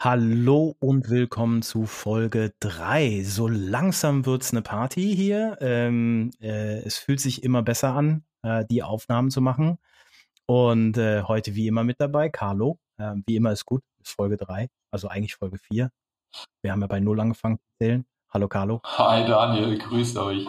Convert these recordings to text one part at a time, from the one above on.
Hallo und willkommen zu Folge 3. So langsam wird's eine Party hier. Es fühlt sich immer besser an, die Aufnahmen zu machen. Und heute wie immer mit dabei, Carlo. Wie immer ist gut, ist Folge 3, also eigentlich Folge 4. Wir haben ja bei Null angefangen zu zählen. Hallo Carlo. Hi Daniel, grüßt euch.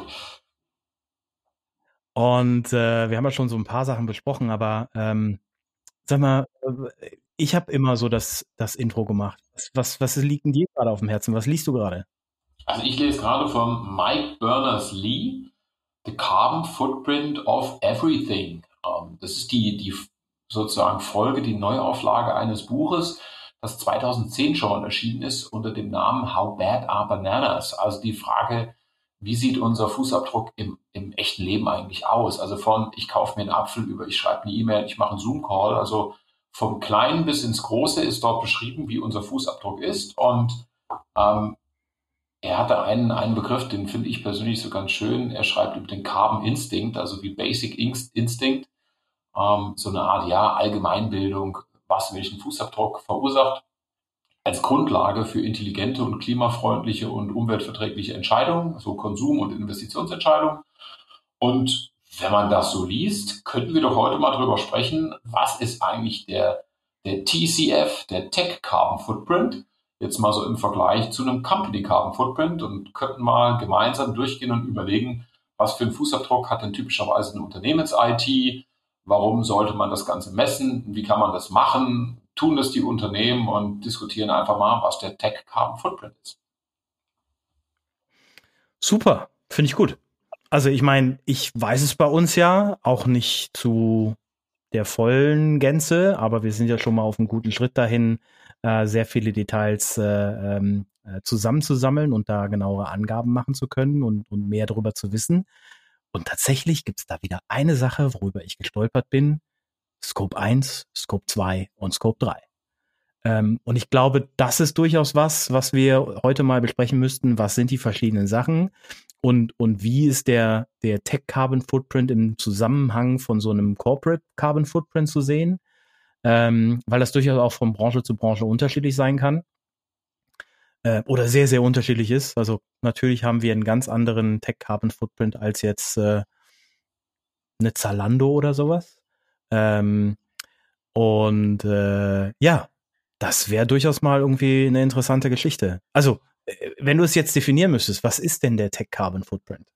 Und wir haben ja schon so ein paar Sachen besprochen, aber sag mal, ich habe immer so das Intro gemacht. Was liegt denn dir gerade auf dem Herzen? Was liest du gerade? Also ich lese gerade von Mike Berners-Lee, The Carbon Footprint of Everything. Das ist die sozusagen Folge, die Neuauflage eines Buches, das 2010 schon mal erschienen ist unter dem Namen How Bad Are Bananas? Also die Frage, wie sieht unser Fußabdruck im echten Leben eigentlich aus? Also von ich kaufe mir einen Apfel über, ich schreibe eine E-Mail, ich mache einen Zoom-Call. Also vom Kleinen bis ins Große ist dort beschrieben, wie unser Fußabdruck ist. Und ähm, er hatte einen Begriff, den finde ich persönlich so ganz schön. Er schreibt über den Carbon Instinct, also wie Basic Instinct, so eine Art, ja, Allgemeinbildung, was welchen Fußabdruck verursacht, als Grundlage für intelligente und klimafreundliche und umweltverträgliche Entscheidungen, so Konsum- und Investitionsentscheidungen. Und wenn man das so liest, könnten wir doch heute mal drüber sprechen, was ist eigentlich der TCF, der Tech Carbon Footprint, jetzt mal so im Vergleich zu einem Company Carbon Footprint und könnten mal gemeinsam durchgehen und überlegen, was für einen Fußabdruck hat denn typischerweise eine Unternehmens-IT, warum sollte man das Ganze messen, wie kann man das machen, tun das die Unternehmen und diskutieren einfach mal, was der Tech Carbon Footprint ist. Super, finde ich gut. Also ich meine, ich weiß es bei uns ja auch nicht zu der vollen Gänze, aber wir sind ja schon mal auf einem guten Schritt dahin, sehr viele Details zusammenzusammeln und da genauere Angaben machen zu können und mehr darüber zu wissen. Und tatsächlich gibt es da wieder eine Sache, worüber ich gestolpert bin. Scope 1, Scope 2 und Scope 3. Und ich glaube, das ist durchaus was wir heute mal besprechen müssten. Was sind die verschiedenen Sachen? Und wie ist der Tech Carbon Footprint im Zusammenhang von so einem Corporate Carbon Footprint zu sehen? Weil das durchaus auch von Branche zu Branche unterschiedlich sein kann. Oder sehr, sehr unterschiedlich ist. Also natürlich haben wir einen ganz anderen Tech Carbon Footprint als jetzt eine Zalando oder sowas. Ähm, ja, das wäre durchaus mal irgendwie eine interessante Geschichte. Also, wenn du es jetzt definieren müsstest, was ist denn der Tech Carbon Footprint?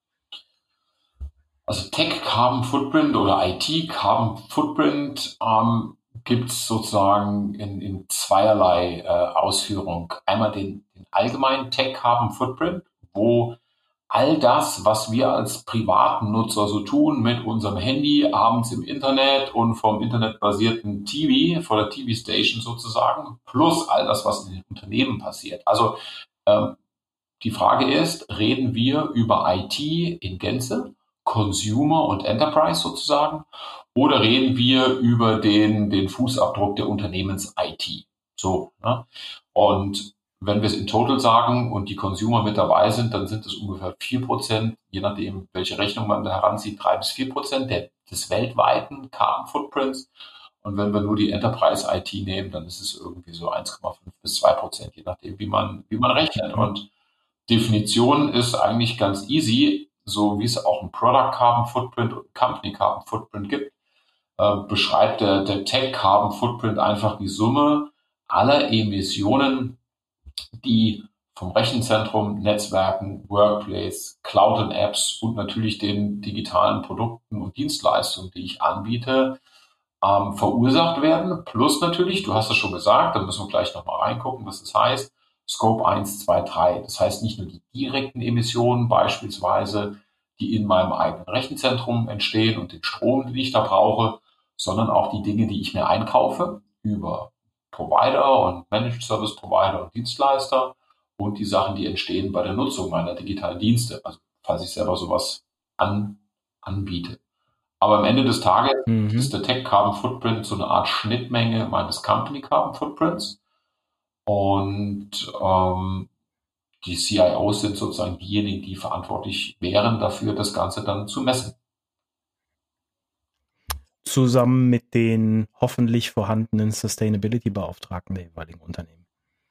Also Tech Carbon Footprint oder IT Carbon Footprint gibt es sozusagen in zweierlei Ausführung. Einmal den allgemeinen Tech Carbon Footprint, wo all das, was wir als privaten Nutzer so tun mit unserem Handy, abends im Internet und vom internetbasierten TV, vor der TV-Station sozusagen, plus all das, was in den Unternehmen passiert. Also ähm, die Frage ist, reden wir über IT in Gänze, Consumer und Enterprise sozusagen, oder reden wir über den Fußabdruck der Unternehmens-IT? So, ne? Und wenn wir es in Total sagen und die Consumer mit dabei sind, dann sind es ungefähr 4%, je nachdem, welche Rechnung man da heranzieht, 3 bis 4% des weltweiten Carbon Footprints. Und wenn wir nur die Enterprise IT nehmen, dann ist es irgendwie so 1,5 bis 2%, je nachdem, wie man rechnet. Mhm. Und Definition ist eigentlich ganz easy, so wie es auch ein Product Carbon Footprint und Company Carbon Footprint gibt, beschreibt der Tech Carbon Footprint einfach die Summe aller Emissionen, die vom Rechenzentrum, Netzwerken, Workplace, Cloud und Apps und natürlich den digitalen Produkten und Dienstleistungen, die ich anbiete, verursacht werden. Plus natürlich, du hast es schon gesagt, da müssen wir gleich nochmal reingucken, was das heißt. Scope 1, 2, 3. Das heißt nicht nur die direkten Emissionen beispielsweise, die in meinem eigenen Rechenzentrum entstehen und den Strom, den ich da brauche, sondern auch die Dinge, die ich mir einkaufe über Provider und Managed Service Provider und Dienstleister und die Sachen, die entstehen bei der Nutzung meiner digitalen Dienste. Also falls ich selber sowas anbiete. Aber am Ende des Tages Mhm. ist der Tech Carbon Footprint so eine Art Schnittmenge meines Company Carbon Footprints. Und die CIOs sind sozusagen diejenigen, die verantwortlich wären dafür, das Ganze dann zu messen. Zusammen mit den hoffentlich vorhandenen Sustainability-Beauftragten der jeweiligen Unternehmen.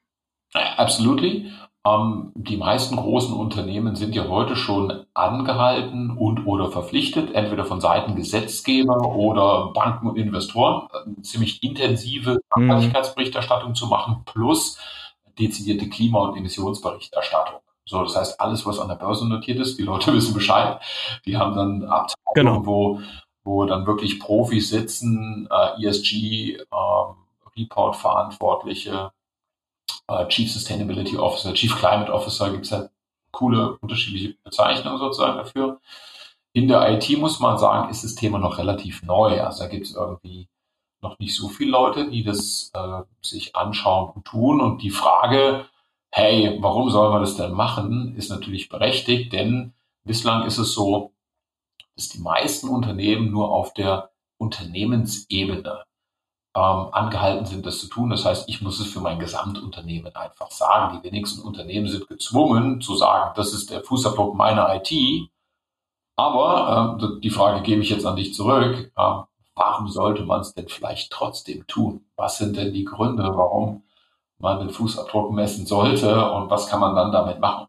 Absolutely. Die meisten großen Unternehmen sind ja heute schon angehalten und oder verpflichtet, entweder von Seiten Gesetzgeber oder Banken und Investoren, eine ziemlich intensive Mhm. Nachhaltigkeitsberichterstattung zu machen, plus dezidierte Klima- und Emissionsberichterstattung. So, das heißt, alles, was an der Börse notiert ist, die Leute wissen Bescheid. Die haben dann Genau. Abteilungen, wo dann wirklich Profis sitzen, ESG, Report-Verantwortliche, Chief Sustainability Officer, Chief Climate Officer, gibt es ja coole unterschiedliche Bezeichnungen sozusagen dafür. In der IT muss man sagen, ist das Thema noch relativ neu. Also da gibt es irgendwie noch nicht so viele Leute, die das sich anschauen und tun. Und die Frage, hey, warum soll man das denn machen, ist natürlich berechtigt, denn bislang ist es so, dass die meisten Unternehmen nur auf der Unternehmensebene angehalten sind, das zu tun. Das heißt, ich muss es für mein Gesamtunternehmen einfach sagen. Die wenigsten Unternehmen sind gezwungen zu sagen, das ist der Fußabdruck meiner IT. Aber die Frage gebe ich jetzt an dich zurück. Warum sollte man es denn vielleicht trotzdem tun? Was sind denn die Gründe, warum man den Fußabdruck messen sollte und was kann man dann damit machen?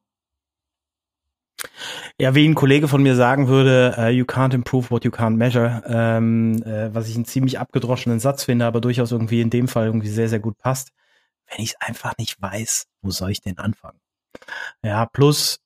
Ja, wie ein Kollege von mir sagen würde, you can't improve what you can't measure, was ich einen ziemlich abgedroschenen Satz finde, aber durchaus irgendwie in dem Fall irgendwie sehr, sehr gut passt. Wenn ich es einfach nicht weiß, wo soll ich denn anfangen? Ja, plus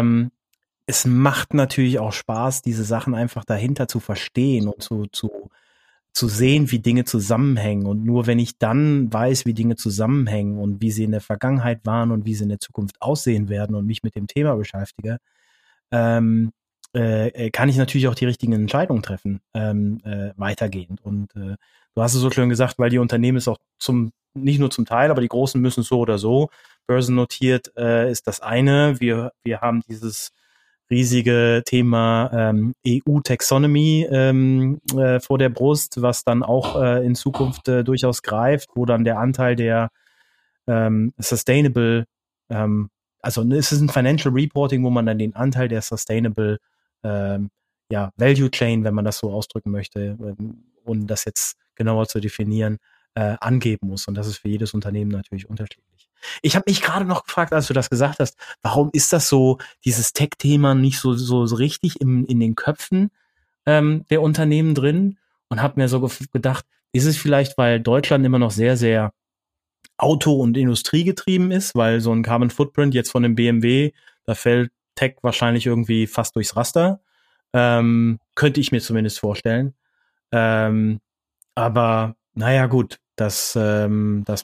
es macht natürlich auch Spaß, diese Sachen einfach dahinter zu verstehen und zu sehen, wie Dinge zusammenhängen. Und nur wenn ich dann weiß, wie Dinge zusammenhängen und wie sie in der Vergangenheit waren und wie sie in der Zukunft aussehen werden und mich mit dem Thema beschäftige, ähm, kann ich natürlich auch die richtigen Entscheidungen treffen, weitergehend. Und du hast es so schön gesagt, weil die Unternehmen es auch nicht nur zum Teil, aber die Großen müssen so oder so. Börsennotiert ist das eine. Wir haben dieses riesige Thema EU-Taxonomy vor der Brust, was dann auch in Zukunft durchaus greift, wo dann der Anteil der Sustainable, also es ist ein Financial Reporting, wo man dann den Anteil der Sustainable ähm, ja, Value Chain, wenn man das so ausdrücken möchte, ohne das jetzt genauer zu definieren, angeben muss. Und das ist für jedes Unternehmen natürlich unterschiedlich. Ich habe mich gerade noch gefragt, als du das gesagt hast, warum ist das so, dieses Tech-Thema nicht so richtig in den Köpfen der Unternehmen drin? Und habe mir so gedacht, ist es vielleicht, weil Deutschland immer noch sehr, sehr Auto- und Industriegetrieben ist, weil so ein Carbon Footprint jetzt von dem BMW, da fällt Tech wahrscheinlich irgendwie fast durchs Raster. Könnte ich mir zumindest vorstellen. Ähm, aber naja, gut, das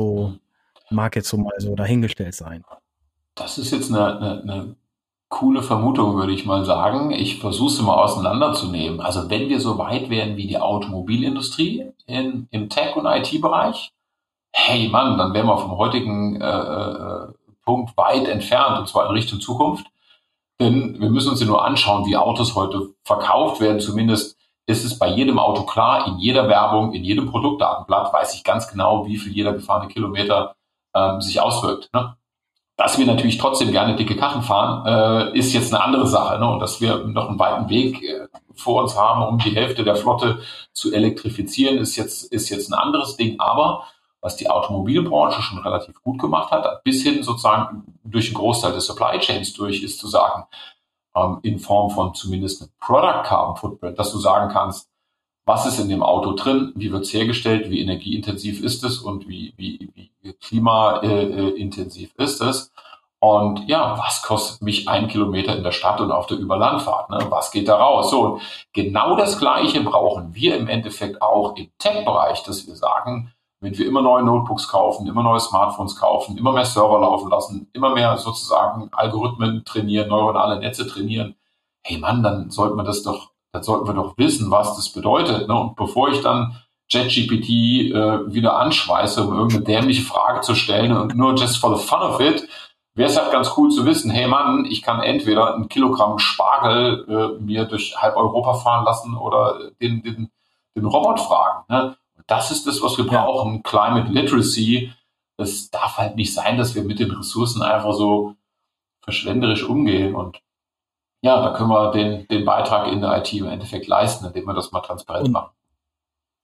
mag jetzt so mal so dahingestellt sein. Das ist jetzt eine coole Vermutung, würde ich mal sagen. Ich versuche es mal auseinanderzunehmen. Also wenn wir so weit wären wie die Automobilindustrie im Tech- und IT-Bereich, hey Mann, dann wären wir vom heutigen Punkt weit entfernt, und zwar in Richtung Zukunft. Denn wir müssen uns ja nur anschauen, wie Autos heute verkauft werden. Zumindest ist es bei jedem Auto klar, in jeder Werbung, in jedem Produktdatenblatt weiß ich ganz genau, wie viel jeder gefahrene Kilometer sich auswirkt. Ne? Dass wir natürlich trotzdem gerne dicke Karren fahren, ist jetzt eine andere Sache. Ne? Und dass wir noch einen weiten Weg vor uns haben, um die Hälfte der Flotte zu elektrifizieren, ist jetzt ein anderes Ding. Aber was die Automobilbranche schon relativ gut gemacht hat, bis hin sozusagen durch einen Großteil des Supply Chains durch, ist zu sagen, in Form von zumindest einem Product Carbon Footprint, dass du sagen kannst, was ist in dem Auto drin, wie wird es hergestellt, wie energieintensiv ist es und wie klimaintensiv ist es. Und ja, was kostet mich ein Kilometer in der Stadt und auf der Überlandfahrt? Ne? Was geht da raus? So, und genau das Gleiche brauchen wir im Endeffekt auch im Tech-Bereich, dass wir sagen, wenn wir immer neue Notebooks kaufen, immer neue Smartphones kaufen, immer mehr Server laufen lassen, immer mehr sozusagen Algorithmen trainieren, neuronale Netze trainieren, hey Mann, dann sollten wir doch wissen, was das bedeutet. Ne? Und bevor ich dann ChatGPT wieder anschweiße, um irgendeine dämliche Frage zu stellen und nur just for the fun of it, wäre es halt ganz cool zu wissen, hey Mann, ich kann entweder ein Kilogramm Spargel mir durch halb Europa fahren lassen oder den Robot fragen. Ne? Das ist das, was wir Ja. brauchen, Climate Literacy. Es darf halt nicht sein, dass wir mit den Ressourcen einfach so verschwenderisch umgehen. Und ja, da können wir den Beitrag in der IT im Endeffekt leisten, indem wir das mal transparent Und machen.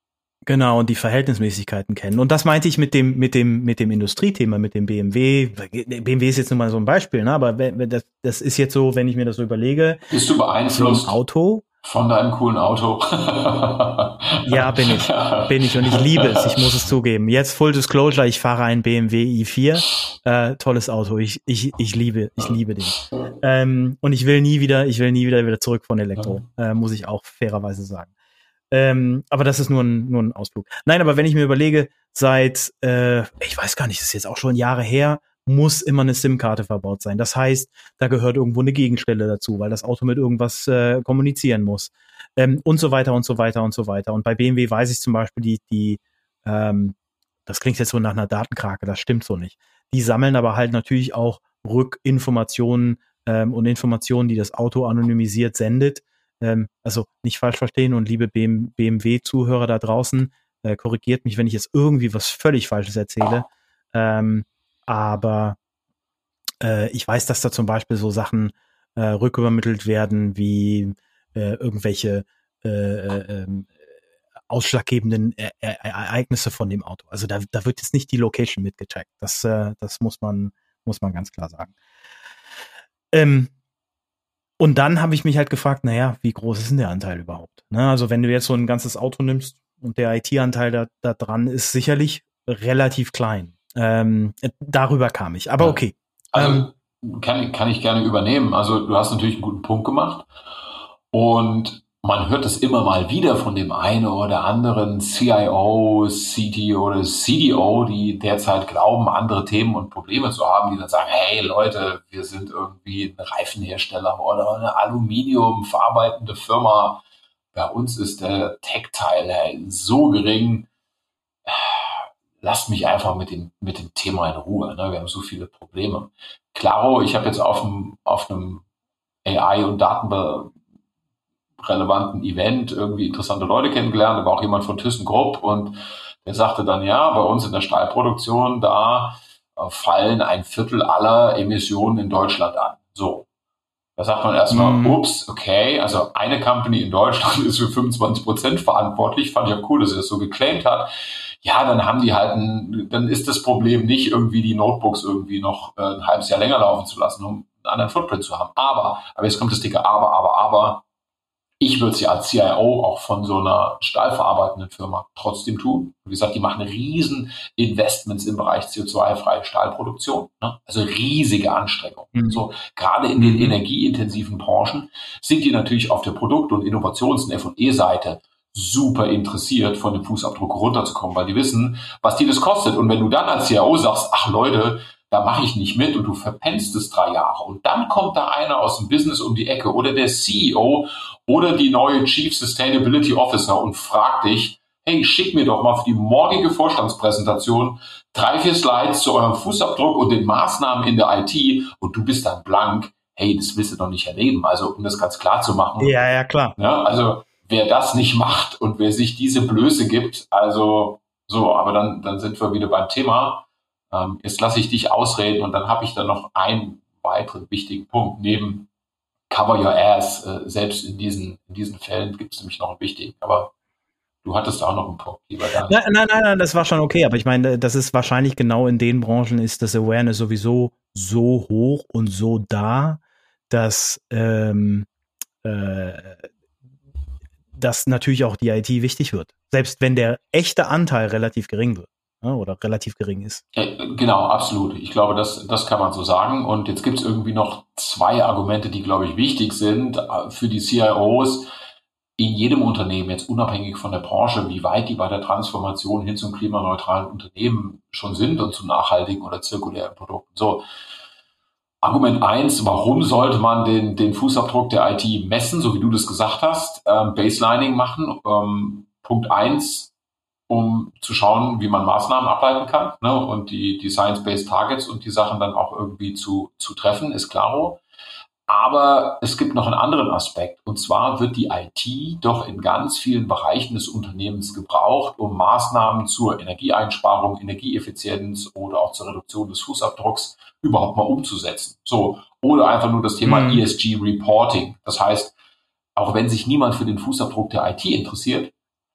Genau, und die Verhältnismäßigkeiten kennen. Und das meinte ich mit dem Industriethema, mit dem BMW. BMW ist jetzt nur mal so ein Beispiel, ne? Aber das ist jetzt so, wenn ich mir das so überlege. Bist du beeinflusst so ein Auto von deinem coolen Auto? Ja, bin ich. Und ich liebe es. Ich muss es zugeben. Jetzt Full Disclosure, ich fahre einen BMW i4. Tolles Auto. Ich liebe den. Und ich will nie wieder zurück von Elektro. Muss ich auch fairerweise sagen. Aber das ist nur ein Ausflug. Nein, aber wenn ich mir überlege, seit, ich weiß gar nicht, das ist jetzt auch schon Jahre her, muss immer eine SIM-Karte verbaut sein. Das heißt, da gehört irgendwo eine Gegenstelle dazu, weil das Auto mit irgendwas kommunizieren muss. Und so weiter und so weiter und so weiter. Und bei BMW weiß ich zum Beispiel, das klingt jetzt so nach einer Datenkrake, das stimmt so nicht. Die sammeln aber halt natürlich auch Rückinformationen und Informationen, die das Auto anonymisiert sendet. Also nicht falsch verstehen und liebe BMW-Zuhörer da draußen, korrigiert mich, wenn ich jetzt irgendwie was völlig Falsches erzähle. Aber ich weiß, dass da zum Beispiel so Sachen rückübermittelt werden, wie irgendwelche ausschlaggebenden Ereignisse von dem Auto. Also da wird jetzt nicht die Location mitgecheckt. Das muss man ganz klar sagen. Und dann habe ich mich halt gefragt, naja, wie groß ist denn der Anteil überhaupt? Ne? Also wenn du jetzt so ein ganzes Auto nimmst und der IT-Anteil da dran ist sicherlich relativ klein. Darüber kam ich. Aber okay. Also kann ich gerne übernehmen. Also du hast natürlich einen guten Punkt gemacht. Und man hört es immer mal wieder von dem einen oder anderen CIO, CTO oder CDO, die derzeit glauben, andere Themen und Probleme zu haben, die dann sagen, hey Leute, wir sind irgendwie ein Reifenhersteller oder eine Aluminium verarbeitende Firma. Bei uns ist der Tech-Teil so gering. Lasst mich einfach mit dem Thema in Ruhe. Ne? Wir haben so viele Probleme. Klaro, ich habe jetzt auf einem AI- und datenrelevanten Event irgendwie interessante Leute kennengelernt. Da war auch jemand von ThyssenKrupp und der sagte dann, ja, bei uns in der Stahlproduktion, da fallen 1/4 aller Emissionen in Deutschland an. So. Da sagt man erstmal, ups, okay, also eine Company in Deutschland ist für 25% verantwortlich. Fand ich ja cool, dass er das so geclaimt hat. Ja, dann haben die halt dann ist das Problem nicht irgendwie die Notebooks irgendwie noch ein halbes Jahr länger laufen zu lassen, um einen anderen Footprint zu haben. Aber jetzt kommt das dicke Aber. Ich würde es ja als CIO auch von so einer stahlverarbeitenden Firma trotzdem tun. Wie gesagt, die machen riesen Investments im Bereich CO2-freie Stahlproduktion. Ne? Also riesige Anstrengungen. So, gerade in den energieintensiven Branchen sind die natürlich auf der Produkt- und Innovations- und F&E-Seite super interessiert, von dem Fußabdruck runterzukommen, weil die wissen, was die das kostet. Und wenn du dann als CIO sagst, ach Leute, da mache ich nicht mit und du verpennst es 3 Jahre und dann kommt da einer aus dem Business um die Ecke oder der CEO oder die neue Chief Sustainability Officer und fragt dich, hey, schick mir doch mal für die morgige Vorstandspräsentation 3, 4 Slides zu eurem Fußabdruck und den Maßnahmen in der IT und du bist dann blank, hey, das willst du doch nicht erleben. Also um das ganz klar zu machen. Ja, klar. Ja, also wer das nicht macht und wer sich diese Blöße gibt, also so, aber dann sind wir wieder beim Thema. Jetzt lasse ich dich ausreden und dann habe ich dann noch einen weiteren wichtigen Punkt. Neben Cover Your Ass, selbst in diesen Fällen gibt es nämlich noch einen wichtigen, aber du hattest auch noch einen Punkt, lieber Daniel. Nein, das war schon okay, aber ich meine, das ist wahrscheinlich genau in den Branchen ist das Awareness sowieso so hoch und so da, dass natürlich auch die IT wichtig wird. Selbst wenn der echte Anteil relativ gering wird. Oder relativ gering ist. Genau, absolut. Ich glaube, das kann man so sagen. Und jetzt gibt es irgendwie noch 2 Argumente, die, glaube ich, wichtig sind für die CIOs in jedem Unternehmen, jetzt unabhängig von der Branche, wie weit die bei der Transformation hin zum klimaneutralen Unternehmen schon sind und zu nachhaltigen oder zirkulären Produkten. So, Argument 1, warum sollte man den Fußabdruck der IT messen, so wie du das gesagt hast, Baselining machen? Punkt 1, um zu schauen, wie man Maßnahmen ableiten kann, ne, und die Science-Based Targets und die Sachen dann auch irgendwie zu treffen, ist klaro. Aber es gibt noch einen anderen Aspekt, und zwar wird die IT doch in ganz vielen Bereichen des Unternehmens gebraucht, um Maßnahmen zur Energieeinsparung, Energieeffizienz oder auch zur Reduktion des Fußabdrucks überhaupt mal umzusetzen. So, oder einfach nur das Thema ESG Reporting. Das heißt, auch wenn sich niemand für den Fußabdruck der IT interessiert,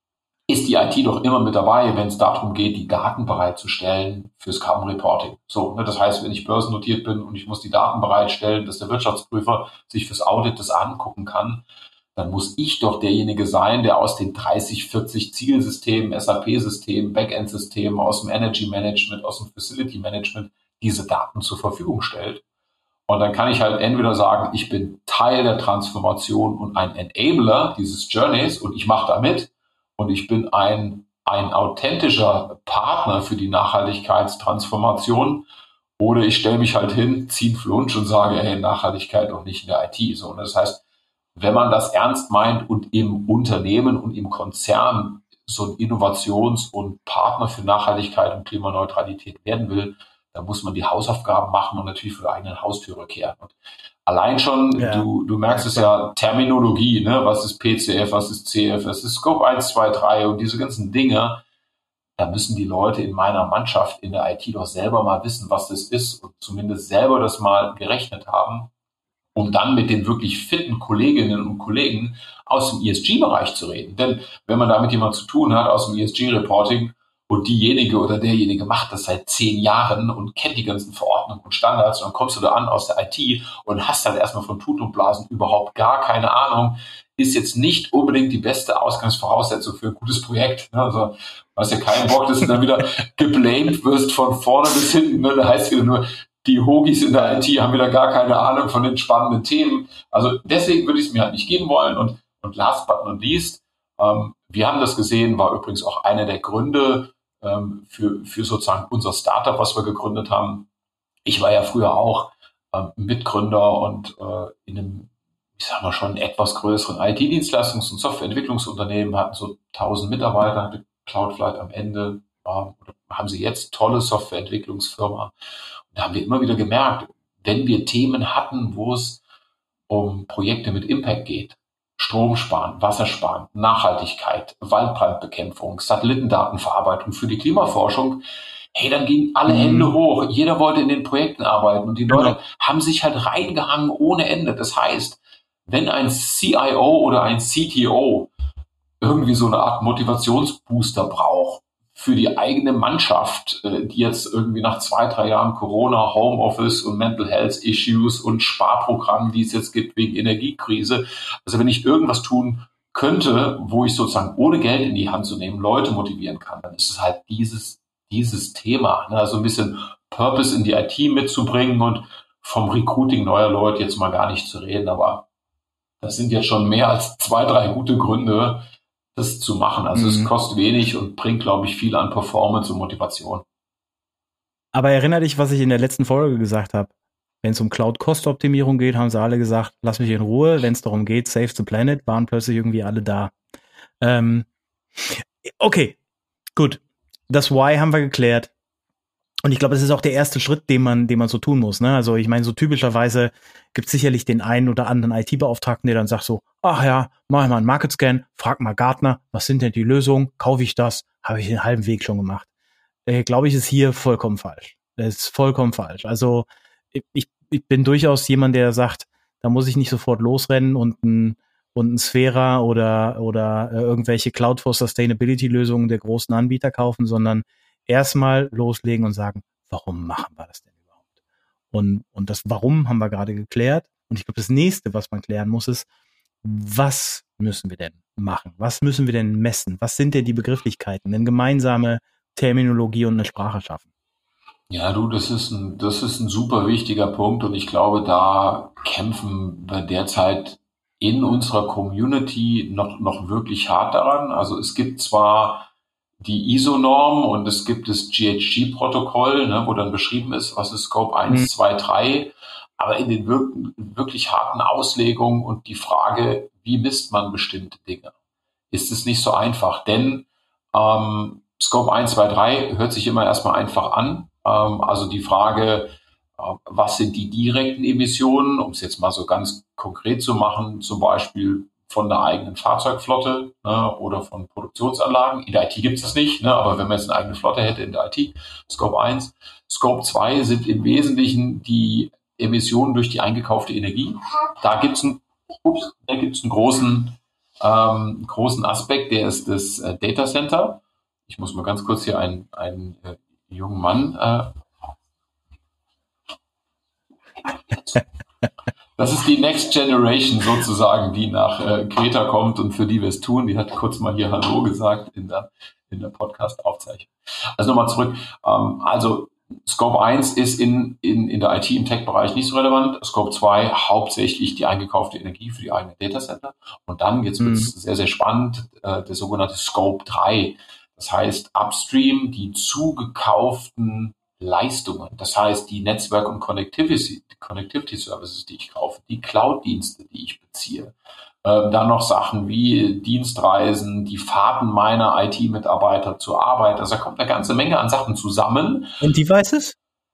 ist die IT doch immer mit dabei, wenn es darum geht, die Daten bereitzustellen fürs Carbon Reporting. So, ne, das heißt, wenn ich börsennotiert bin und ich muss die Daten bereitstellen, dass der Wirtschaftsprüfer sich fürs Audit das angucken kann, dann muss ich doch derjenige sein, der aus den 30, 40 Zielsystemen, SAP-Systemen, Backend-Systemen, aus dem Energy Management, aus dem Facility Management diese Daten zur Verfügung stellt. Und dann kann ich halt entweder sagen, ich bin Teil der Transformation und ein Enabler dieses Journeys und ich mache da mit und ich bin ein authentischer Partner für die Nachhaltigkeitstransformation, oder ich stelle mich halt hin, ziehe einen Flunsch und sage, hey, Nachhaltigkeit und nicht in der IT. So, und das heißt, wenn man das ernst meint und im Unternehmen und im Konzern so ein Innovations- und Partner für Nachhaltigkeit und Klimaneutralität werden will, dann muss man die Hausaufgaben machen und natürlich vor der eigenen Haustüre kehren. Und allein schon, du merkst es ja, Terminologie, ne? Was ist PCF, was ist CF, was ist Scope 1, 2, 3 und diese ganzen Dinge, da müssen die Leute in meiner Mannschaft in der IT doch selber mal wissen, was das ist und zumindest selber das mal gerechnet haben, um dann mit den wirklich fitten Kolleginnen und Kollegen aus dem ESG-Bereich zu reden. Denn wenn man da mit jemand zu tun hat aus dem ESG-Reporting und diejenige oder derjenige macht das seit 10 Jahren und kennt die ganzen Verordnungen und Standards, und dann kommst du da an aus der IT und hast halt erstmal von Tuten und Blasen überhaupt gar keine Ahnung, ist jetzt nicht unbedingt die beste Ausgangsvoraussetzung für ein gutes Projekt. Also du hast ja keinen Bock, dass du dann wieder geblamed wirst von vorne bis hinten. Da heißt wieder nur, die Hogis in der IT haben wieder gar keine Ahnung von den spannenden Themen. Also deswegen würde ich es mir halt nicht geben wollen. Und last but not least, wir haben das gesehen, war übrigens auch einer der Gründe für sozusagen unser Startup, was wir gegründet haben. Ich war ja früher auch Mitgründer und in einem, ich sag mal schon, etwas größeren IT-Dienstleistungs- und Softwareentwicklungsunternehmen, hatten so 1000 Mitarbeiter, hatte Cloudflight am Ende, haben sie jetzt tolle Softwareentwicklungsfirma. Und da haben wir immer wieder gemerkt, wenn wir Themen hatten, wo es um Projekte mit Impact geht, Strom sparen, Wasser sparen, Nachhaltigkeit, Waldbrandbekämpfung, Satellitendatenverarbeitung für die Klimaforschung, hey, dann gingen alle Hände hoch. Jeder wollte in den Projekten arbeiten und die Leute haben sich halt reingehangen ohne Ende. Das heißt, wenn ein CIO oder ein CTO irgendwie so eine Art Motivationsbooster braucht für die eigene Mannschaft, die jetzt irgendwie nach 2, 3 Jahren Corona, Homeoffice und Mental Health Issues und Sparprogrammen, die es jetzt gibt wegen Energiekrise. Also wenn ich irgendwas tun könnte, wo ich sozusagen ohne Geld in die Hand zu nehmen Leute motivieren kann, dann ist es halt dieses Thema, ne? Also ein bisschen Purpose in die IT mitzubringen und vom Recruiting neuer Leute jetzt mal gar nicht zu reden, aber das sind jetzt schon mehr als 2, 3 gute Gründe, das zu machen. Also es kostet wenig und bringt, glaube ich, viel an Performance und Motivation. Aber erinnere dich, was ich in der letzten Folge gesagt habe. Wenn es um Cloud-Kost-Optimierung geht, haben sie alle gesagt, lass mich in Ruhe. Wenn es darum geht, Save the Planet, waren plötzlich irgendwie alle da. Okay, gut. Das Why haben wir geklärt. Und ich glaube, es ist auch der erste Schritt, den man so tun muss. Ne? Also ich meine, so typischerweise gibt es sicherlich den einen oder anderen IT-Beauftragten, der dann sagt so, ach ja, mach mal einen Market-Scan, frag mal Gartner, was sind denn die Lösungen? Kaufe ich das? Habe ich den halben Weg schon gemacht. Glaube ich, ist hier vollkommen falsch. Das ist vollkommen falsch. Also ich bin durchaus jemand, der sagt, da muss ich nicht sofort losrennen und ein Sphera oder irgendwelche Cloud for Sustainability Lösungen der großen Anbieter kaufen, sondern erstmal loslegen und sagen, warum machen wir das denn überhaupt? Und das Warum haben wir gerade geklärt. Und ich glaube, das nächste, was man klären muss, ist, was müssen wir denn machen? Was müssen wir denn messen? Was sind denn die Begrifflichkeiten? Eine gemeinsame Terminologie und eine Sprache schaffen. Ja, du, das ist ein super wichtiger Punkt und ich glaube, da kämpfen wir derzeit in unserer Community noch wirklich hart daran. Also es gibt zwar die ISO-Norm und es gibt das GHG-Protokoll, ne, wo dann beschrieben ist, was ist Scope 1, 2, 3, aber in den wirklich harten Auslegungen und die Frage, wie misst man bestimmte Dinge, ist es nicht so einfach, denn Scope 1, 2, 3 hört sich immer erstmal einfach an. Also die Frage, was sind die direkten Emissionen, um es jetzt mal so ganz konkret zu machen, zum Beispiel von der eigenen Fahrzeugflotte, ne, oder von Produktionsanlagen. In der IT gibt es das nicht, ne, aber wenn man jetzt eine eigene Flotte hätte in der IT, Scope 1. Scope 2 sind im Wesentlichen die Emissionen durch die eingekaufte Energie. Da gibt's einen großen großen Aspekt, der ist das Data Center. Ich muss mal ganz kurz hier einen jungen Mann. Das ist die Next Generation sozusagen, die nach Greta kommt und für die wir es tun. Die hat kurz mal hier Hallo gesagt in der Podcast-Aufzeichnung. Also nochmal zurück. Also Scope 1 ist in der IT im Tech-Bereich nicht so relevant. Scope 2 hauptsächlich die eingekaufte Energie für die eigenen Datacenter. Und dann, jetzt wird es sehr, sehr spannend, der sogenannte Scope 3. Das heißt Upstream, die zugekauften Leistungen. Das heißt, die Netzwerk- und Connectivity Services, die ich kaufe, die Cloud-Dienste, die ich beziehe. Dann noch Sachen wie Dienstreisen, die Fahrten meiner IT-Mitarbeiter zur Arbeit. Also da kommt eine ganze Menge an Sachen zusammen. End-Devices?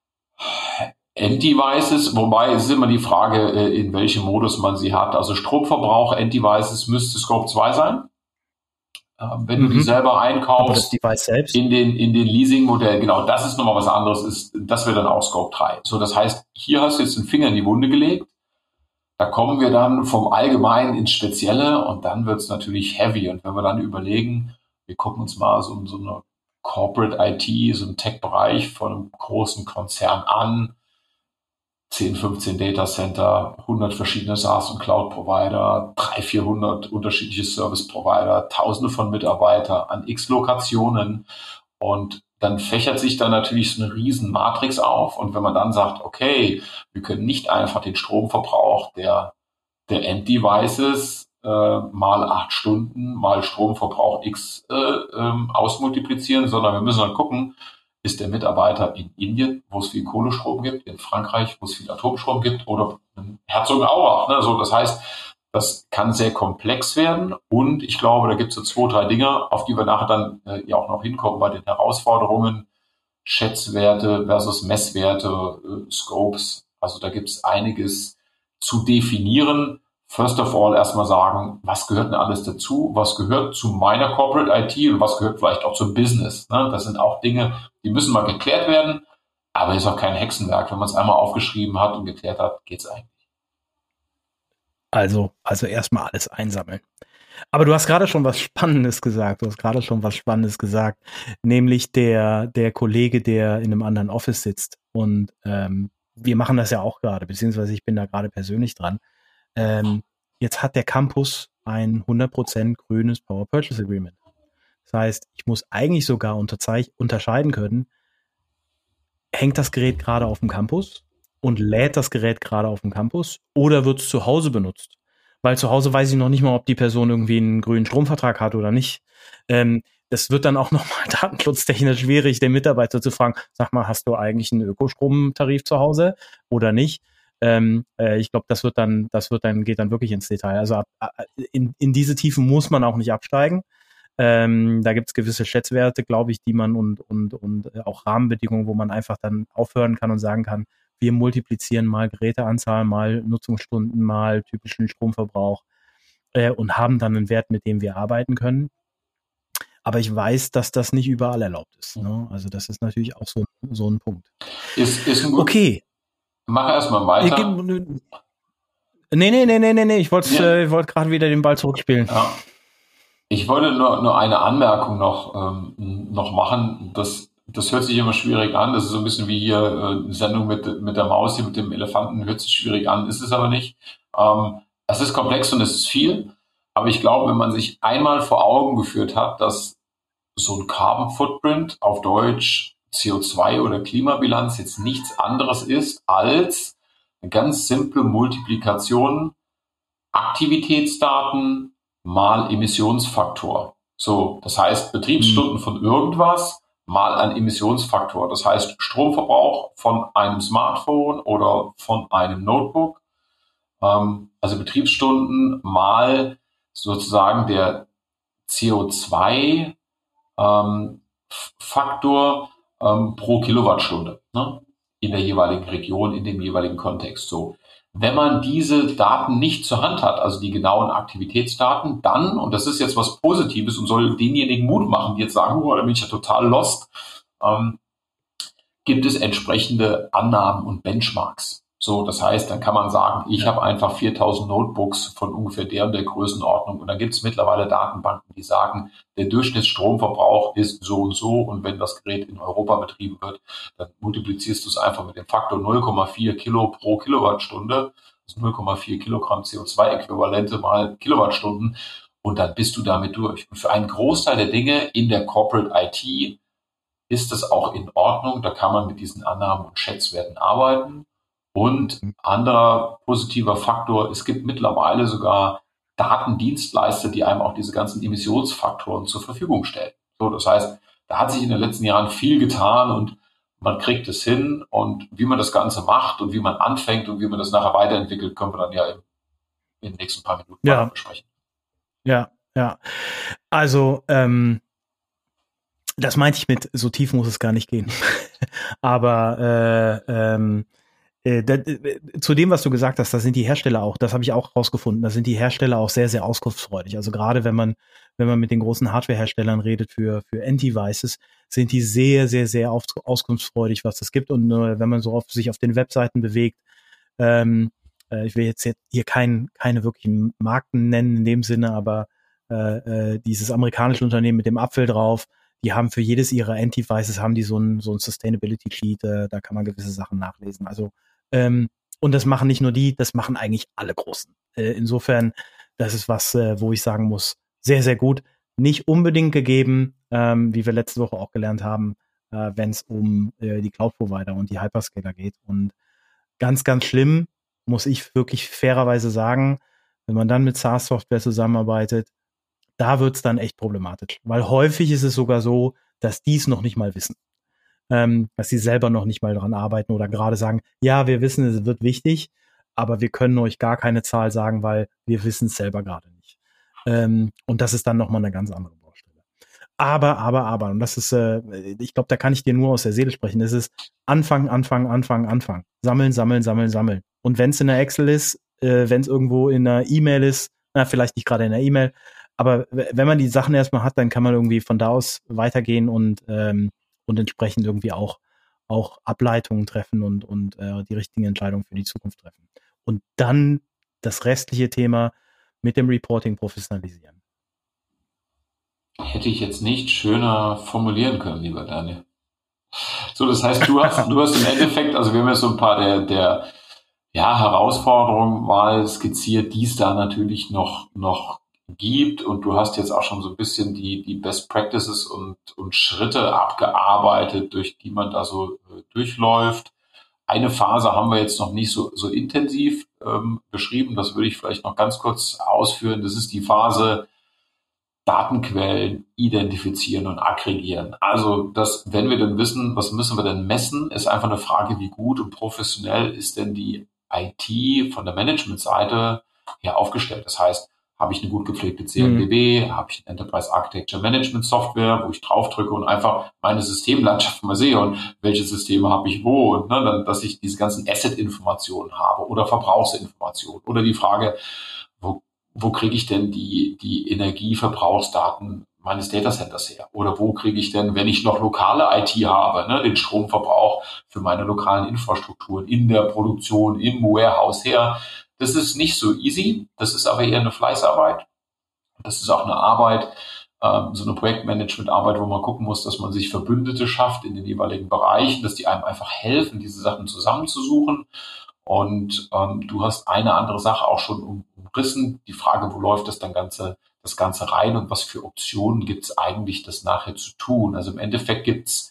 End-Devices, wobei es ist immer die Frage, in welchem Modus man sie hat. Also Stromverbrauch End-Devices müsste Scope 2 sein. Wenn du die selber einkaufst, aber das Device selbst? in den Leasing-Modell, genau, das ist nochmal was anderes, das wäre dann auch Scope 3. So, das heißt, hier hast du jetzt den Finger in die Wunde gelegt, da kommen wir dann vom Allgemeinen ins Spezielle und dann wird es natürlich heavy. Und wenn wir dann überlegen, wir gucken uns mal so eine Corporate IT, so einen Tech-Bereich von einem großen Konzern an, 10, 15 Datacenter, 100 verschiedene SaaS- und Cloud-Provider, 300, 400 unterschiedliche Service-Provider, Tausende von Mitarbeitern an x Lokationen. Und dann fächert sich da natürlich so eine riesen Matrix auf. Und wenn man dann sagt, okay, wir können nicht einfach den Stromverbrauch der End-Devices mal 8 Stunden mal Stromverbrauch X ausmultiplizieren, sondern wir müssen dann gucken, ist der Mitarbeiter in Indien, wo es viel Kohlestrom gibt, in Frankreich, wo es viel Atomstrom gibt, oder in Herzogenaurach. Ne? So, das heißt, das kann sehr komplex werden. Und ich glaube, da gibt es so 2, 3 Dinge, auf die wir nachher dann ja auch noch hinkommen bei den Herausforderungen. Schätzwerte versus Messwerte, Scopes. Also da gibt es einiges zu definieren. First of all erstmal sagen, was gehört denn alles dazu? Was gehört zu meiner Corporate IT und was gehört vielleicht auch zum Business? Ne? Das sind auch Dinge, die müssen mal geklärt werden, aber ist auch kein Hexenwerk. Wenn man es einmal aufgeschrieben hat und geklärt hat, geht's eigentlich. Also erstmal alles einsammeln. Aber du hast gerade schon was Spannendes gesagt. Nämlich der Kollege, der in einem anderen Office sitzt. Und wir machen das ja auch gerade, beziehungsweise ich bin da gerade persönlich dran. Jetzt hat der Campus ein 100% grünes Power Purchase Agreement. Das heißt, ich muss eigentlich sogar unterscheiden können, hängt das Gerät gerade auf dem Campus und lädt das Gerät gerade auf dem Campus oder wird es zu Hause benutzt? Weil zu Hause weiß ich noch nicht mal, ob die Person irgendwie einen grünen Stromvertrag hat oder nicht. Das wird dann auch nochmal datenschutztechnisch schwierig, den Mitarbeiter zu fragen, sag mal, hast du eigentlich einen Ökostromtarif zu Hause oder nicht? Ich glaube, geht dann wirklich ins Detail. Also in diese Tiefen muss man auch nicht absteigen. Da gibt es gewisse Schätzwerte, glaube ich, die man und auch Rahmenbedingungen, wo man einfach dann aufhören kann und sagen kann, wir multiplizieren mal Geräteanzahl, mal Nutzungsstunden, mal typischen Stromverbrauch und haben dann einen Wert, mit dem wir arbeiten können. Aber ich weiß, dass das nicht überall erlaubt ist. Ne? Also das ist natürlich auch so ein Punkt. Ist ein gut. Okay. Mach erstmal weiter. Nee. Ich wollte gerade wieder den Ball zurückspielen. Ja. Ich wollte nur eine Anmerkung noch machen. Das hört sich immer schwierig an. Das ist so ein bisschen wie hier eine Sendung mit der Maus, hier mit dem Elefanten, hört sich schwierig an, ist es aber nicht. Es ist komplex und es ist viel. Aber ich glaube, wenn man sich einmal vor Augen geführt hat, dass so ein Carbon Footprint, auf Deutsch CO2 oder Klimabilanz, jetzt nichts anderes ist als eine ganz simple Multiplikation Aktivitätsdaten mal Emissionsfaktor. So, das heißt Betriebsstunden von irgendwas mal ein Emissionsfaktor. Das heißt Stromverbrauch von einem Smartphone oder von einem Notebook. Also Betriebsstunden mal sozusagen der CO2 Faktor pro Kilowattstunde, ne? In der jeweiligen Region, in dem jeweiligen Kontext. So, wenn man diese Daten nicht zur Hand hat, also die genauen Aktivitätsdaten, dann, und das ist jetzt was Positives und soll denjenigen Mut machen, die jetzt sagen, da bin ich ja total lost, gibt es entsprechende Annahmen und Benchmarks. So, das heißt, dann kann man sagen, ich habe einfach 4000 Notebooks von ungefähr der und der Größenordnung und dann gibt es mittlerweile Datenbanken, die sagen, der Durchschnittsstromverbrauch ist so und wenn das Gerät in Europa betrieben wird, dann multiplizierst du es einfach mit dem Faktor 0,4 Kilo pro Kilowattstunde, das ist 0,4 Kilogramm CO2-Äquivalente mal Kilowattstunden und dann bist du damit durch. Und für einen Großteil der Dinge in der Corporate IT ist es auch in Ordnung, da kann man mit diesen Annahmen und Schätzwerten arbeiten. Und anderer positiver Faktor, es gibt mittlerweile sogar Datendienstleister, die einem auch diese ganzen Emissionsfaktoren zur Verfügung stellen. So, das heißt, da hat sich in den letzten Jahren viel getan und man kriegt es hin und wie man das Ganze macht und wie man anfängt und wie man das nachher weiterentwickelt, können wir dann ja in den nächsten paar Minuten mal besprechen. Ja. Also, das meinte ich mit, so tief muss es gar nicht gehen. Aber zu dem, was du gesagt hast, da sind die Hersteller auch, das habe ich auch rausgefunden, da sind die Hersteller auch sehr, sehr auskunftsfreudig. Also gerade wenn man mit den großen Hardware-Herstellern redet für End-Devices, sind die sehr, sehr, sehr auskunftsfreudig, was das gibt. Und wenn man so sich auf den Webseiten bewegt, ich will jetzt hier keine wirklichen Marken nennen in dem Sinne, aber dieses amerikanische Unternehmen mit dem Apfel drauf, die haben für jedes ihrer End-Devices haben die so ein Sustainability-Sheet, da kann man gewisse Sachen nachlesen. Also und das machen nicht nur die, das machen eigentlich alle Großen. Insofern, das ist was, wo ich sagen muss, sehr, sehr gut. Nicht unbedingt gegeben, wie wir letzte Woche auch gelernt haben, wenn es um die Cloud-Provider und die Hyperscaler geht. Und ganz, ganz schlimm, muss ich wirklich fairerweise sagen, wenn man dann mit SaaS-Software zusammenarbeitet, da wird's dann echt problematisch. Weil häufig ist es sogar so, dass die es noch nicht mal wissen. Dass sie selber noch nicht mal daran arbeiten oder gerade sagen, ja, wir wissen, es wird wichtig, aber wir können euch gar keine Zahl sagen, weil wir wissen es selber gerade nicht. Und das ist dann nochmal eine ganz andere Baustelle. Aber, und das ist, ich glaube, da kann ich dir nur aus der Seele sprechen, das ist Anfang. Sammeln. Und wenn es in der Excel ist, wenn es irgendwo in einer E-Mail ist, vielleicht nicht gerade in der E-Mail, aber wenn man die Sachen erstmal hat, dann kann man irgendwie von da aus weitergehen und entsprechend irgendwie auch Ableitungen treffen und die richtigen Entscheidungen für die Zukunft treffen. Und dann das restliche Thema mit dem Reporting professionalisieren. Hätte ich jetzt nicht schöner formulieren können, lieber Daniel. So, das heißt, du hast im Endeffekt, also wir haben ja so ein paar der Herausforderungen mal skizziert, die es da natürlich noch gibt und du hast jetzt auch schon so ein bisschen die Best Practices und Schritte abgearbeitet, durch die man da so durchläuft. Eine Phase haben wir jetzt noch nicht so intensiv beschrieben, das würde ich vielleicht noch ganz kurz ausführen. Das ist die Phase Datenquellen identifizieren und aggregieren. Also, wenn wir denn wissen, was müssen wir denn messen, ist einfach eine Frage, wie gut und professionell ist denn die IT von der Managementseite her aufgestellt. Das heißt, habe ich eine gut gepflegte CMDB, habe ich eine Enterprise Architecture Management Software, wo ich draufdrücke und einfach meine Systemlandschaft mal sehe und welche Systeme habe ich wo und dann, dass ich diese ganzen Asset-Informationen habe oder Verbrauchsinformationen oder die Frage, wo kriege ich denn die Energieverbrauchsdaten meines Datacenters her? Oder wo kriege ich denn, wenn ich noch lokale IT habe, den Stromverbrauch für meine lokalen Infrastrukturen in der Produktion, im Warehouse her? Das ist nicht so easy. Das ist aber eher eine Fleißarbeit. Das ist auch eine Arbeit, so eine Projektmanagement-Arbeit, wo man gucken muss, dass man sich Verbündete schafft in den jeweiligen Bereichen, dass die einem einfach helfen, diese Sachen zusammenzusuchen. Und du hast eine andere Sache auch schon umrissen, die Frage, wo läuft das Ganze rein und was für Optionen gibt es eigentlich, das nachher zu tun? Also im Endeffekt gibt's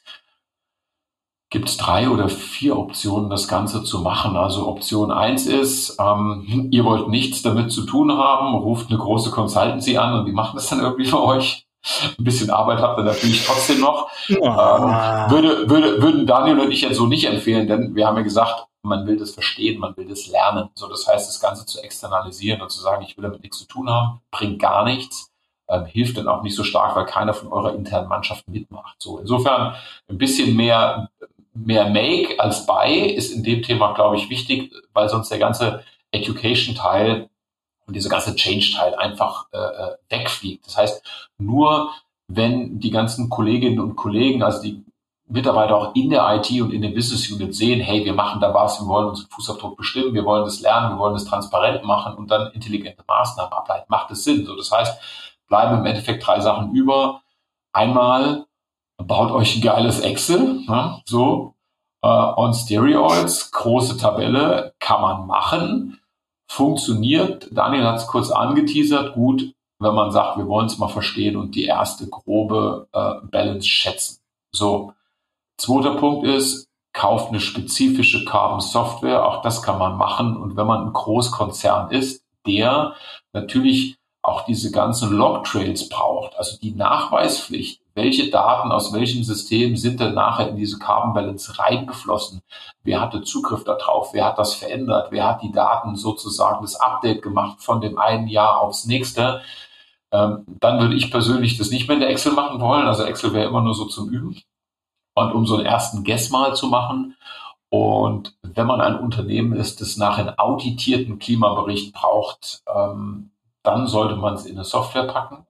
3 oder 4 Optionen, das Ganze zu machen. Also Option 1 ist, ihr wollt nichts damit zu tun haben, ruft eine große Consultancy an und die machen das dann irgendwie für euch. Ein bisschen Arbeit habt ihr natürlich trotzdem noch. Würden Daniel und ich jetzt so nicht empfehlen, denn wir haben ja gesagt, man will das verstehen, man will das lernen. So, das heißt, das Ganze zu externalisieren und zu sagen, ich will damit nichts zu tun haben, bringt gar nichts, hilft dann auch nicht so stark, weil keiner von eurer internen Mannschaft mitmacht. So, insofern ein bisschen mehr Make als Buy ist in dem Thema, glaube ich, wichtig, weil sonst der ganze Education-Teil und dieser ganze Change-Teil einfach wegfliegt. Das heißt, nur wenn die ganzen Kolleginnen und Kollegen, also die Mitarbeiter auch in der IT und in der Business Unit sehen, hey, wir machen da was, wir wollen unseren Fußabdruck bestimmen, wir wollen das lernen, wir wollen das transparent machen und dann intelligente Maßnahmen ableiten. Macht es Sinn? So, das heißt, bleiben im Endeffekt 3 Sachen über. Einmal, baut euch ein geiles Excel, ne? So, on Steroids, große Tabelle, kann man machen, funktioniert. Daniel hat es kurz angeteasert, gut, wenn man sagt, wir wollen es mal verstehen und die erste grobe Balance schätzen. So, zweiter Punkt ist, kauft eine spezifische Carbon-Software, auch das kann man machen. Und wenn man ein Großkonzern ist, der natürlich auch diese ganzen Logtrails braucht, also die Nachweispflicht, welche Daten aus welchem System sind denn nachher in diese Carbon Balance reingeflossen? Wer hatte Zugriff darauf? Wer hat das verändert? Wer hat die Daten sozusagen das Update gemacht von dem einen Jahr aufs nächste? Dann würde ich persönlich das nicht mehr in der Excel machen wollen. Also Excel wäre immer nur so zum Üben. Und um so einen ersten Guess mal zu machen. Und wenn man ein Unternehmen ist, das nach einem auditierten Klimabericht braucht, dann sollte man es in eine Software packen.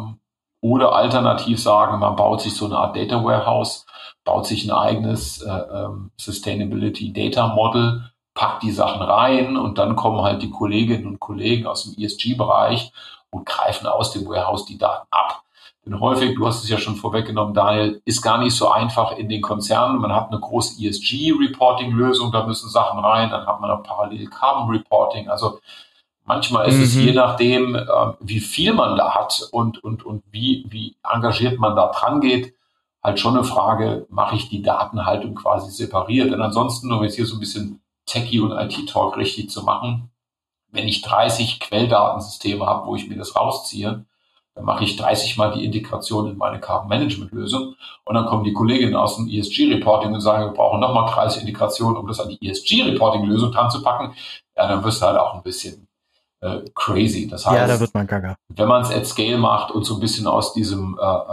Oder alternativ sagen, man baut sich so eine Art Data Warehouse, baut sich ein eigenes Sustainability Data Model, packt die Sachen rein und dann kommen halt die Kolleginnen und Kollegen aus dem ESG-Bereich und greifen aus dem Warehouse die Daten ab. Denn häufig, du hast es ja schon vorweggenommen, Daniel, ist gar nicht so einfach in den Konzernen. Man hat eine große ESG-Reporting-Lösung, da müssen Sachen rein, dann hat man noch parallel Carbon-Reporting. Also manchmal ist es je nachdem, wie viel man da hat und wie engagiert man da dran geht, halt schon eine Frage, mache ich die Datenhaltung quasi separiert? Denn ansonsten, um jetzt hier so ein bisschen Techie und IT-Talk richtig zu machen, wenn ich 30 Quelldatensysteme habe, wo ich mir das rausziehe, dann mache ich 30 Mal die Integration in meine Carbon-Management-Lösung und dann kommen die Kolleginnen aus dem ESG-Reporting und sagen, wir brauchen nochmal 30 Integrationen, um das an die ESG-Reporting-Lösung dran zu packen. Ja, dann wirst du halt auch ein bisschen crazy. Das heißt, ja, da wird man gaga. Wenn man es at scale macht und so ein bisschen aus diesem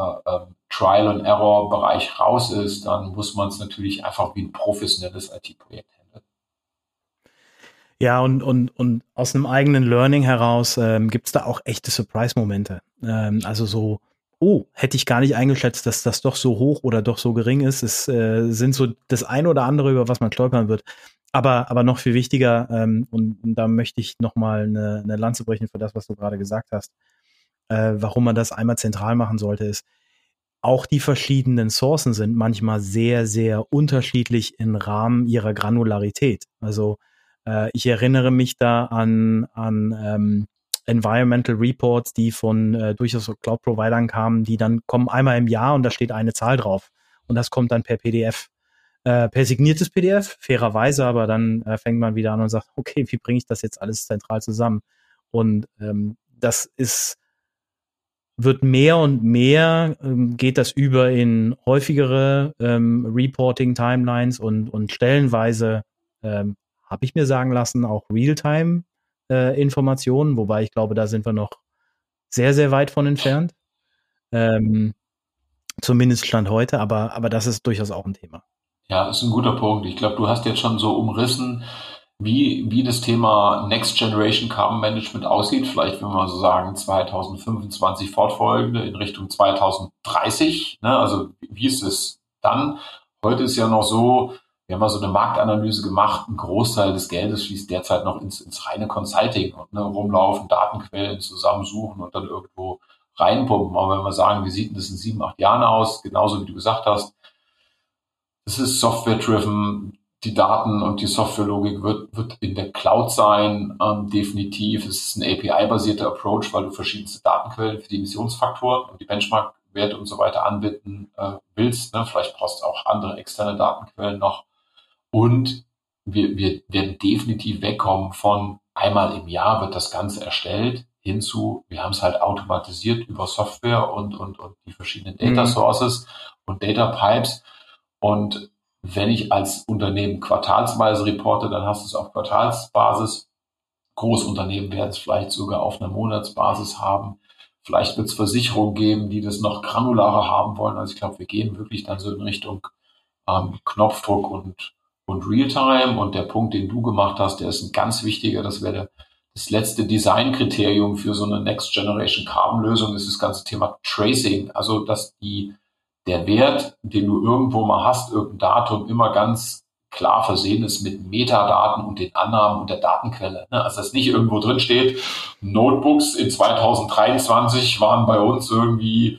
Trial-and-Error-Bereich raus ist, dann muss man es natürlich einfach wie ein professionelles IT-Projekt handeln. Ja, und aus einem eigenen Learning heraus gibt es da auch echte Surprise-Momente. Also so, hätte ich gar nicht eingeschätzt, dass das doch so hoch oder doch so gering ist. Es sind so das eine oder andere, über was man stolpern wird. Aber noch viel wichtiger, und da möchte ich nochmal eine Lanze brechen für das, was du gerade gesagt hast, warum man das einmal zentral machen sollte, ist, auch die verschiedenen Sourcen sind manchmal sehr, sehr unterschiedlich im Rahmen ihrer Granularität. Also ich erinnere mich da an Environmental Reports, die von durchaus Cloud-Providern kamen, die dann kommen einmal im Jahr und da steht eine Zahl drauf. Und das kommt dann per PDF. Per signiertes PDF, fairerweise, aber dann fängt man wieder an und sagt, okay, wie bringe ich das jetzt alles zentral zusammen? Und das wird mehr und mehr, geht das über in häufigere Reporting-Timelines und stellenweise habe ich mir sagen lassen, auch Realtime-Informationen, wobei ich glaube, da sind wir noch sehr, sehr weit von entfernt. Zumindest Stand heute, aber das ist durchaus auch ein Thema. Ja, das ist ein guter Punkt. Ich glaube, du hast jetzt schon so umrissen, wie das Thema Next Generation Carbon Management aussieht. Vielleicht, wenn wir mal so sagen, 2025 fortfolgende in Richtung 2030. Ne? Also wie ist es dann? Heute ist ja noch so, wir haben mal so eine Marktanalyse gemacht, ein Großteil des Geldes fließt derzeit noch ins reine Consulting und rumlaufen, Datenquellen zusammensuchen und dann irgendwo reinpumpen. Aber wenn wir sagen, wie sieht denn das in 7, 8 Jahren aus? Genauso wie du gesagt hast, es ist software-driven, die Daten und die Softwarelogik wird in der Cloud sein, definitiv. Es ist ein API-basierter Approach, weil du verschiedenste Datenquellen für die Emissionsfaktoren und die Benchmark-Werte und so weiter anbinden willst. Ne? Vielleicht brauchst du auch andere externe Datenquellen noch. Und wir werden definitiv wegkommen von einmal im Jahr wird das Ganze erstellt, hinzu, wir haben es halt automatisiert über Software und die verschiedenen Data Sources und Data Pipes. Und wenn ich als Unternehmen quartalsweise reporte, dann hast du es auf Quartalsbasis. Großunternehmen werden es vielleicht sogar auf einer Monatsbasis haben. Vielleicht wird es Versicherungen geben, die das noch granularer haben wollen. Also ich glaube, wir gehen wirklich dann so in Richtung Knopfdruck und Realtime. Und der Punkt, den du gemacht hast, der ist ein ganz wichtiger. Das wäre das letzte Designkriterium für so eine Next Generation Carbon Lösung, ist das ganze Thema Tracing. Also dass die der Wert, den du irgendwo mal hast, irgendein Datum, immer ganz klar versehen ist mit Metadaten und den Annahmen und der Datenquelle. Also dass nicht irgendwo drin steht, Notebooks in 2023 waren bei uns irgendwie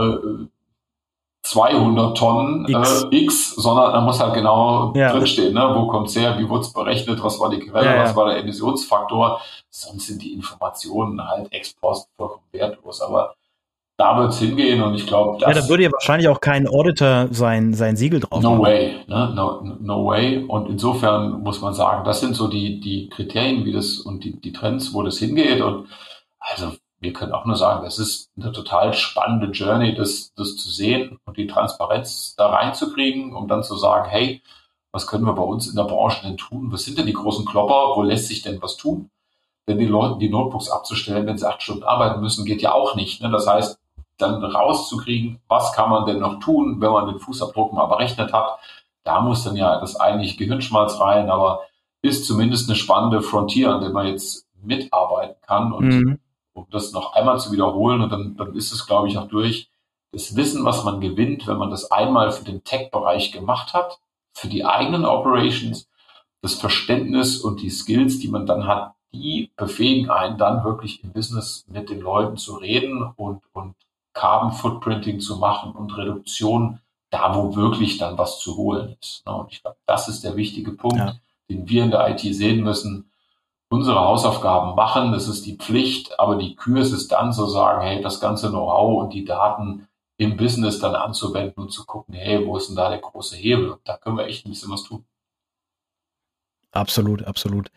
200 Tonnen X, sondern da muss halt genau drinstehen, ne? Wo kommt's her, wie wurde es berechnet, was war die Quelle, was war der Emissionsfaktor. Sonst sind die Informationen halt ex post vollkommen wertlos. Aber da wird es hingehen und ich glaube, da würde ja wahrscheinlich auch kein Auditor sein Siegel drauf no machen. Way, ne? No way. Und insofern muss man sagen, das sind so die Kriterien, wie das und die Trends, wo das hingeht. Und also wir können auch nur sagen, das ist eine total spannende Journey, das zu sehen und die Transparenz da reinzukriegen, um dann zu sagen, hey, was können wir bei uns in der Branche denn tun? Was sind denn die großen Klopper? Wo lässt sich denn was tun? Denn den Leuten die Notebooks abzustellen, wenn sie 8 Stunden arbeiten müssen, geht ja auch nicht. Ne? Das heißt, dann rauszukriegen, was kann man denn noch tun, wenn man den Fußabdruck mal berechnet hat. Da muss dann ja das eigentliche Gehirnschmalz rein, aber ist zumindest eine spannende Frontier, an der man jetzt mitarbeiten kann. Und um das noch einmal zu wiederholen, und dann ist es, glaube ich, auch durch das Wissen, was man gewinnt, wenn man das einmal für den Tech-Bereich gemacht hat, für die eigenen Operations, das Verständnis und die Skills, die man dann hat, die befähigen einen dann wirklich im Business mit den Leuten zu reden und Carbon Footprinting zu machen und Reduktion da, wo wirklich dann was zu holen ist. Und ich glaube, das ist der wichtige Punkt, den wir in der IT sehen müssen. Unsere Hausaufgaben machen, das ist die Pflicht, aber die Kür ist es dann zu sagen, hey, das ganze Know-how und die Daten im Business dann anzuwenden und zu gucken, hey, wo ist denn da der große Hebel? Und da können wir echt ein bisschen was tun. Absolut, absolut.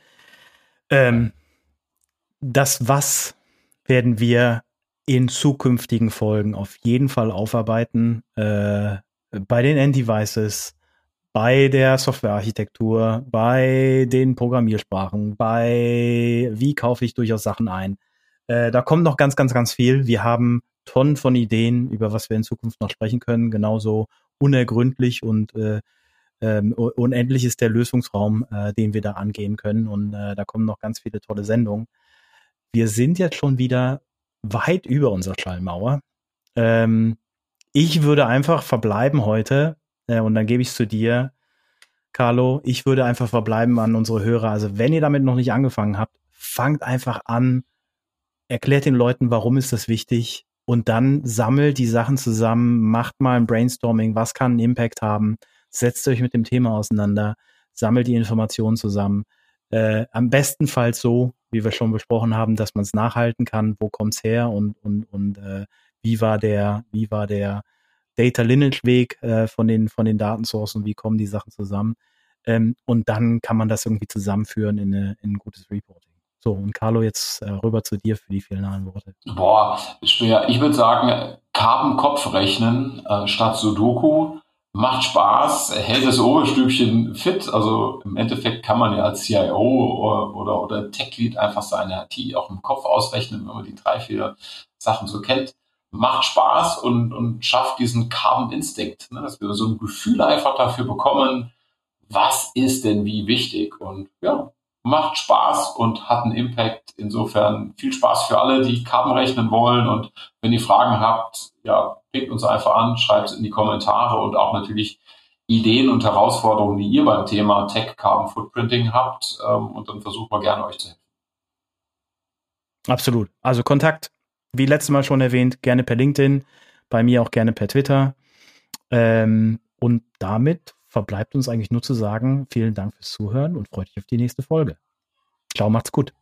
Das Was werden wir in zukünftigen Folgen auf jeden Fall aufarbeiten. Bei den End-Devices, bei der Softwarearchitektur, bei den Programmiersprachen, bei wie kaufe ich durchaus Sachen ein. Da kommt noch ganz, ganz, ganz viel. Wir haben Tonnen von Ideen, über was wir in Zukunft noch sprechen können. Genauso unergründlich und unendlich ist der Lösungsraum, den wir da angehen können. Und da kommen noch ganz viele tolle Sendungen. Wir sind jetzt schon wieder weit über unserer Schallmauer. Ich würde einfach verbleiben heute, und dann gebe ich es zu dir, Carlo. Ich würde einfach verbleiben an unsere Hörer. Also wenn ihr damit noch nicht angefangen habt, fangt einfach an, erklärt den Leuten, warum ist das wichtig, und dann sammelt die Sachen zusammen, macht mal ein Brainstorming, was kann einen Impact haben, setzt euch mit dem Thema auseinander, sammelt die Informationen zusammen. Am bestenfalls so, wie wir schon besprochen haben, dass man es nachhalten kann, wo kommt's her und wie war der Data Lineage Weg von den Datensourcen, wie kommen die Sachen zusammen, und dann kann man das irgendwie zusammenführen in ein gutes Reporting. So, und Carlo, jetzt rüber zu dir für die finalen Worte. Boah, schwer. Ich würde sagen, Carbon-Kopf rechnen statt Sudoku. Macht Spaß, hält das Oberstübchen fit. Also im Endeffekt kann man ja als CIO oder Tech-Lead einfach seine IT auch im Kopf ausrechnen, wenn man die 3, 4 Sachen so kennt. Macht Spaß und schafft diesen Carbon-Instinct, ne? Dass wir so ein Gefühl einfach dafür bekommen, was ist denn wie wichtig. Und ja, macht Spaß und hat einen Impact. Insofern viel Spaß für alle, die Carbon rechnen wollen. Und wenn ihr Fragen habt, ja, klickt uns einfach an, schreibt es in die Kommentare und auch natürlich Ideen und Herausforderungen, die ihr beim Thema Tech Carbon Footprinting habt. Und dann versuchen wir gerne, euch zu helfen. Absolut. Also Kontakt, wie letztes Mal schon erwähnt, gerne per LinkedIn, bei mir auch gerne per Twitter. Und damit verbleibt uns eigentlich nur zu sagen, vielen Dank fürs Zuhören und freut euch auf die nächste Folge. Ciao, macht's gut.